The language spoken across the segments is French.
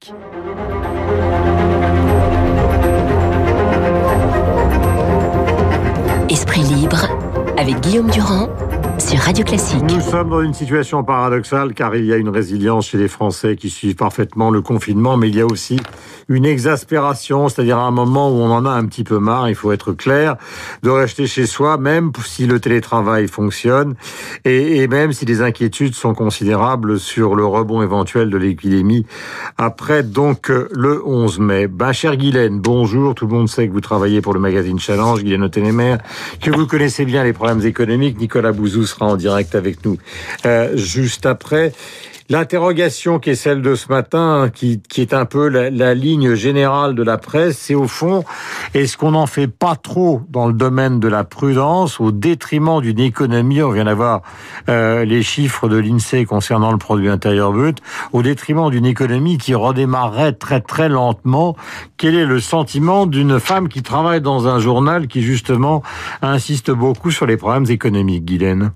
Classique. Esprit libre avec Guillaume Durand sur Radio Classique. Nous sommes dans une situation paradoxale car il y a une résilience chez les Français qui suivent parfaitement le confinement, mais il y a aussi une exaspération, c'est-à-dire un moment où on en a un petit peu marre, il faut être clair, de rester chez soi, même si le télétravail fonctionne et même si les inquiétudes sont considérables sur le rebond éventuel de l'épidémie après donc le 11 mai. Chère Guylaine, bonjour, tout le monde sait que vous travaillez pour le magazine Challenge, Guylaine Othénémer, que vous connaissez bien les problèmes économiques. Nicolas Bouzou sera en direct avec nous juste après. L'interrogation qui est celle de ce matin, qui est un peu la ligne générale de la presse, c'est au fond, est-ce qu'on n'en fait pas trop dans le domaine de la prudence au détriment d'une économie, on vient d'avoir les chiffres de l'INSEE concernant le produit intérieur brut, au détriment d'une économie qui redémarrerait très très lentement. Quel est le sentiment d'une femme qui travaille dans un journal qui justement insiste beaucoup sur les problèmes économiques, Guylaine?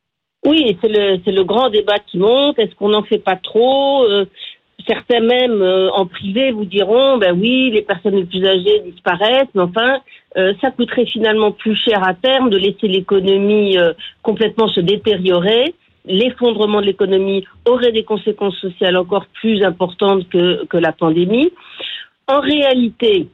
Oui, c'est le grand débat qui monte. Est-ce qu'on n'en fait pas trop? Certains même en privé vous diront, oui, les personnes les plus âgées disparaissent, mais enfin, ça coûterait finalement plus cher à terme de laisser l'économie complètement se détériorer. L'effondrement de l'économie aurait des conséquences sociales encore plus importantes que la pandémie. En réalité,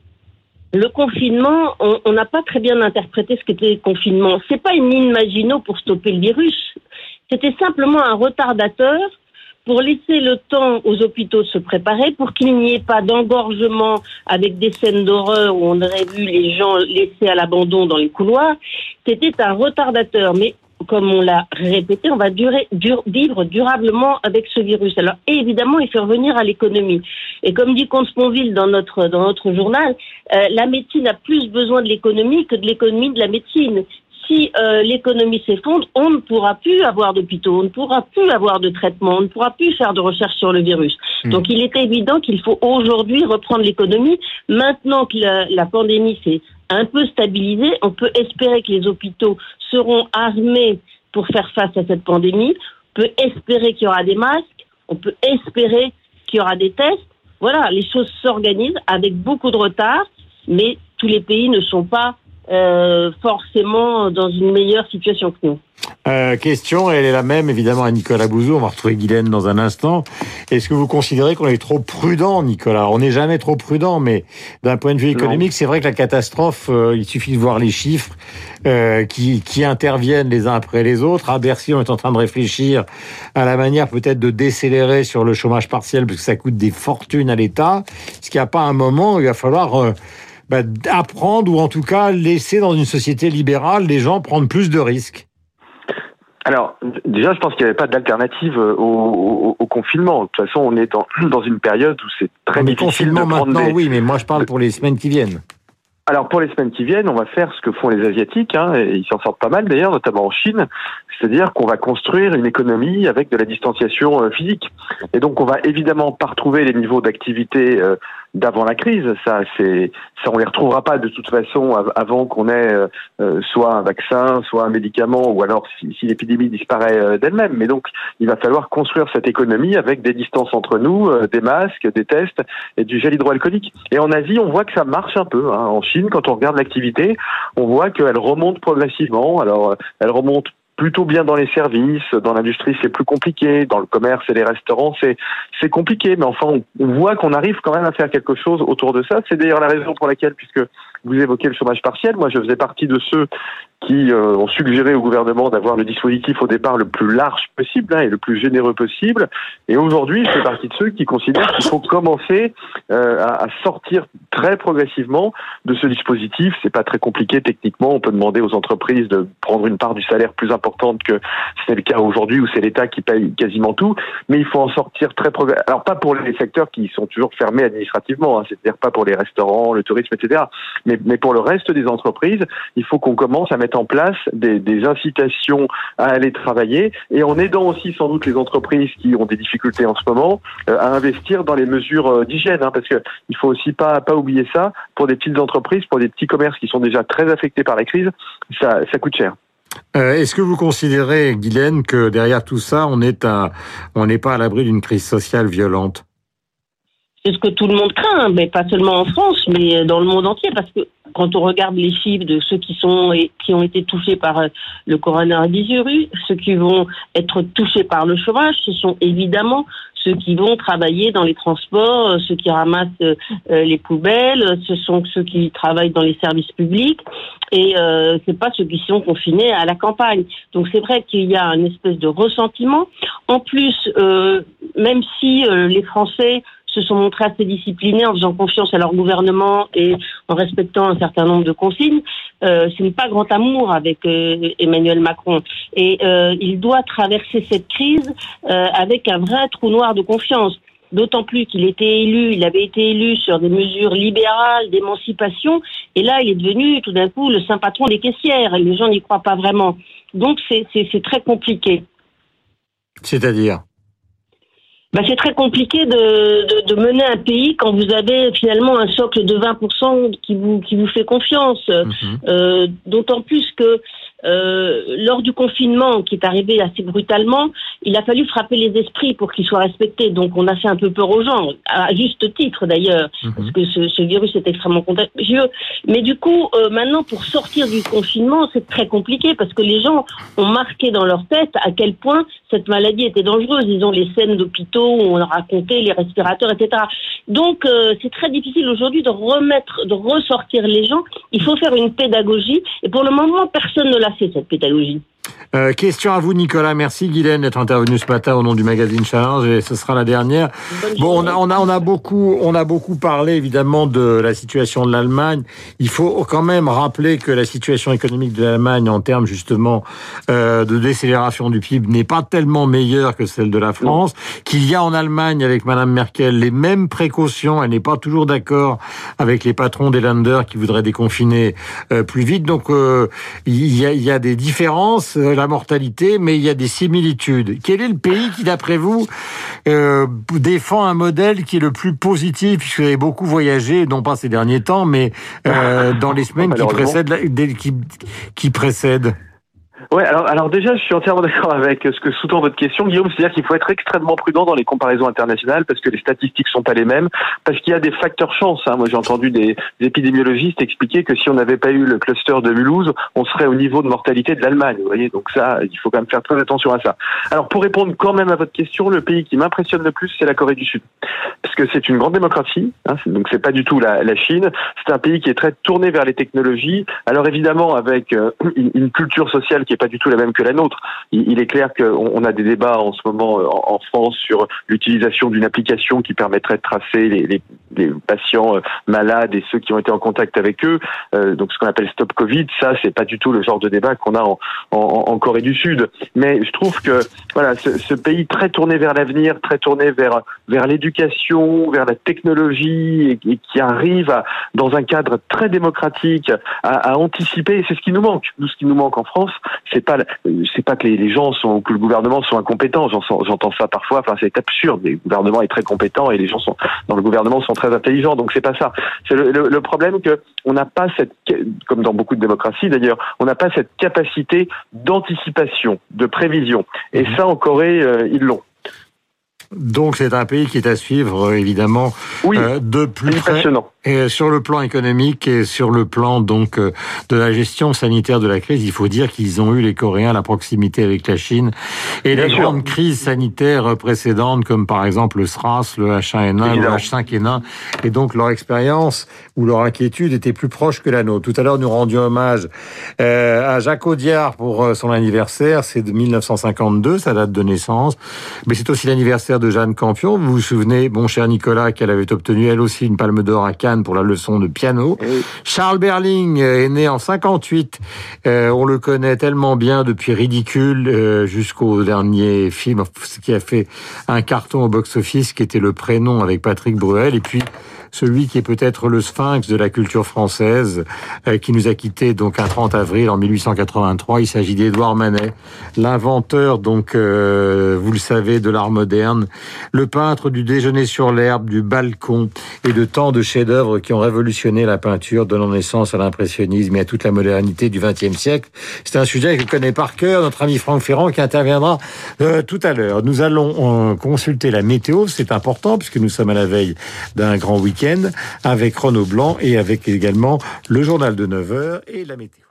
le confinement, on n'a pas très bien interprété ce qu'était le confinement. C'est pas une ligne Maginot pour stopper le virus. C'était simplement un retardateur pour laisser le temps aux hôpitaux de se préparer, pour qu'il n'y ait pas d'engorgement avec des scènes d'horreur où on aurait vu les gens laissés à l'abandon dans les couloirs. C'était un retardateur, mais comme on l'a répété, on va vivre durablement avec ce virus. Alors évidemment, il faut revenir à l'économie. Et comme dit Comte Sponville dans notre journal, la médecine a plus besoin de l'économie que de l'économie de la médecine. Si l'économie s'effondre, on ne pourra plus avoir d'hôpitaux, on ne pourra plus avoir de traitement, on ne pourra plus faire de recherche sur le virus. Donc il est évident qu'il faut aujourd'hui reprendre l'économie. Maintenant que la pandémie s'est un peu stabilisée, on peut espérer que les hôpitaux seront armés pour faire face à cette pandémie. On peut espérer qu'il y aura des masques, on peut espérer qu'il y aura des tests. Voilà, les choses s'organisent avec beaucoup de retard, mais tous les pays ne sont pas forcément dans une meilleure situation que nous. Question, elle est la même évidemment à Nicolas Bouzou, on va retrouver Guylaine dans un instant. Est-ce que vous considérez qu'on est trop prudent, Nicolas? On n'est jamais trop prudent, mais d'un point de vue économique, c'est vrai que la catastrophe, il suffit de voir les chiffres qui interviennent les uns après les autres. À Bercy, on est en train de réfléchir à la manière peut-être de décélérer sur le chômage partiel, parce que ça coûte des fortunes à l'État. Est-ce qu'il n'y a pas un moment où il va falloir apprendre, ou en tout cas laisser dans une société libérale les gens prendre plus de risques? Alors, déjà, je pense qu'il n'y avait pas d'alternative au confinement. De toute façon, on est dans une période où c'est très difficile de prendre maintenant, oui, mais moi je parle pour les semaines qui viennent. Alors, pour les semaines qui viennent, on va faire ce que font les Asiatiques, et ils s'en sortent pas mal d'ailleurs, notamment en Chine, c'est-à-dire qu'on va construire une économie avec de la distanciation physique. Et donc, on va évidemment pas retrouver les niveaux d'activité d'avant la crise. Ça, on les retrouvera pas de toute façon avant qu'on ait soit un vaccin, soit un médicament, ou alors si l'épidémie disparaît d'elle-même. Mais donc, il va falloir construire cette économie avec des distances entre nous, des masques, des tests et du gel hydroalcoolique. Et en Asie, on voit que ça marche un peu. En Chine, quand on regarde l'activité, on voit qu'elle remonte progressivement. Alors, elle remonte plutôt bien dans les services, dans l'industrie c'est plus compliqué, dans le commerce et les restaurants c'est compliqué, mais enfin on voit qu'on arrive quand même à faire quelque chose autour de ça. C'est d'ailleurs la raison pour laquelle, puisque vous évoquez le chômage partiel, moi je faisais partie de ceux qui ont suggéré au gouvernement d'avoir le dispositif au départ le plus large possible et le plus généreux possible. Et aujourd'hui, je fais partie de ceux qui considèrent qu'il faut commencer à sortir très progressivement de ce dispositif. C'est pas très compliqué techniquement. On peut demander aux entreprises de prendre une part du salaire plus importante que c'est le cas aujourd'hui, où c'est l'État qui paye quasiment tout. Mais il faut en sortir très progressivement. Alors pas pour les secteurs qui sont toujours fermés administrativement, c'est-à-dire pas pour les restaurants, le tourisme, etc. Mais pour le reste des entreprises, il faut qu'on commence à mettre en place des incitations à aller travailler, et en aidant aussi sans doute les entreprises qui ont des difficultés en ce moment à investir dans les mesures d'hygiène, parce que il faut aussi pas oublier ça. Pour des petites entreprises, pour des petits commerces qui sont déjà très affectés par la crise, ça coûte cher. Est-ce que vous considérez, Guylaine, que derrière tout ça, on n'est pas à l'abri d'une crise sociale violente? c'est ce que tout le monde craint, mais pas seulement en France, mais dans le monde entier, parce que quand on regarde les chiffres de ceux qui ont été touchés par le coronavirus, ceux qui vont être touchés par le chômage, ce sont évidemment ceux qui vont travailler dans les transports, ceux qui ramassent les poubelles, ce sont ceux qui travaillent dans les services publics, et c'est pas ceux qui sont confinés à la campagne. Donc c'est vrai qu'il y a une espèce de ressentiment. En plus, même si les Français se sont montrés assez disciplinés en faisant confiance à leur gouvernement et en respectant un certain nombre de consignes, ce n'est pas grand amour avec Emmanuel Macron. Et il doit traverser cette crise avec un vrai trou noir de confiance. D'autant plus il avait été élu sur des mesures libérales, d'émancipation, et là il est devenu tout d'un coup le saint patron des caissières, et les gens n'y croient pas vraiment. Donc c'est très compliqué. C'est-à-dire ? C'est très compliqué de mener un pays quand vous avez finalement un socle de 20% qui vous fait confiance. D'autant plus que lors du confinement qui est arrivé assez brutalement, il a fallu frapper les esprits pour qu'ils soient respectés. Donc on a fait un peu peur aux gens, à juste titre d'ailleurs, parce que ce virus est extrêmement contagieux. Mais du coup, maintenant pour sortir du confinement, c'est très compliqué parce que les gens ont marqué dans leur tête à quel point cette maladie était dangereuse. Ils ont les scènes d'hôpitaux où on racontait les respirateurs, etc. Donc c'est très difficile aujourd'hui de ressortir les gens. Il faut faire une pédagogie et pour le moment, personne ne l'a fait, cette pédagogie. Question à vous, Nicolas. Merci, Guylaine, d'être intervenu ce matin au nom du magazine Challenge, et ce sera la dernière. Bon, on a beaucoup parlé, évidemment, de la situation de l'Allemagne. Il faut quand même rappeler que la situation économique de l'Allemagne, en termes, justement, de décélération du PIB, n'est pas tellement meilleure que celle de la France. Qu'il y a en Allemagne, avec Madame Merkel, les mêmes précautions. Elle n'est pas toujours d'accord avec les patrons des Länder qui voudraient déconfiner plus vite. Donc, il y a des différences, la mortalité, mais il y a des similitudes. Quel est le pays qui, d'après vous, défend un modèle qui est le plus positif, puisque vous avez beaucoup voyagé, non pas ces derniers temps, mais dans les semaines qui précèdent? Ouais, alors déjà, je suis entièrement d'accord avec ce que sous-tend votre question, Guillaume, c'est-à-dire qu'il faut être extrêmement prudent dans les comparaisons internationales parce que les statistiques sont pas les mêmes, parce qu'il y a des facteurs chance. Moi, j'ai entendu des épidémiologistes expliquer que si on n'avait pas eu le cluster de Mulhouse, on serait au niveau de mortalité de l'Allemagne. Vous voyez, donc ça, il faut quand même faire très attention à ça. Alors, pour répondre quand même à votre question, le pays qui m'impressionne le plus, c'est la Corée du Sud, parce que c'est une grande démocratie. Donc c'est pas du tout la Chine. C'est un pays qui est très tourné vers les technologies. Alors évidemment, avec une culture sociale qui est pas du tout la même que la nôtre. Il est clair qu'on a des débats en ce moment en France sur l'utilisation d'une application qui permettrait de tracer les patients malades et ceux qui ont été en contact avec eux. Donc ce qu'on appelle Stop Covid, ça c'est pas du tout le genre de débat qu'on a en Corée du Sud. Mais je trouve que voilà, ce pays très tourné vers l'avenir, très tourné vers l'éducation, vers la technologie et qui arrive dans un cadre très démocratique à anticiper. C'est ce qui nous manque. Nous, ce qui nous manque en France, c'est pas que les gens que le gouvernement soit incompétent. J'entends ça parfois. Enfin, c'est absurde. Le gouvernement est très compétent et les gens dans le gouvernement sont très intelligents. Donc c'est pas ça. C'est le problème que on n'a pas comme dans beaucoup de démocraties d'ailleurs, on n'a pas cette capacité d'anticipation, de prévision. Et ça, en Corée, ils l'ont. Donc c'est un pays qui est à suivre, évidemment, de plus près. Et sur le plan économique et sur le plan donc de la gestion sanitaire de la crise, il faut dire qu'ils ont eu, les Coréens, la proximité avec la Chine et les grandes crises sanitaires précédentes, comme par exemple le SRAS, le H1N1, le H5N1, et donc leur expérience ou leur inquiétude était plus proche que la nôtre. Tout à l'heure, nous rendions hommage à Jacques Audiard pour son anniversaire, c'est de 1952, sa date de naissance, mais c'est aussi l'anniversaire de Jeanne Campion. Vous vous souvenez, mon cher Nicolas, qu'elle avait obtenu elle aussi une palme d'or à Cannes pour la leçon de piano. Oui. Charles Berling est né en 58. On le connaît tellement bien depuis Ridicule jusqu'au dernier film qui a fait un carton au box-office, qui était Le Prénom avec Patrick Bruel. Et puis celui qui est peut-être le sphinx de la culture française, qui nous a quittés donc un 30 avril en 1883. Il s'agit d'Édouard Manet, l'inventeur donc, vous le savez, de l'art moderne, le peintre du déjeuner sur l'herbe, du balcon et de tant de chefs-d'œuvre qui ont révolutionné la peinture, donnant naissance à l'impressionnisme et à toute la modernité du XXe siècle. C'est un sujet que connaît par cœur notre ami Franck Ferrand qui interviendra tout à l'heure. Nous allons consulter la météo, c'est important puisque nous sommes à la veille d'un grand week-end avec Renaud Blanc et avec également le journal de 9h et la météo.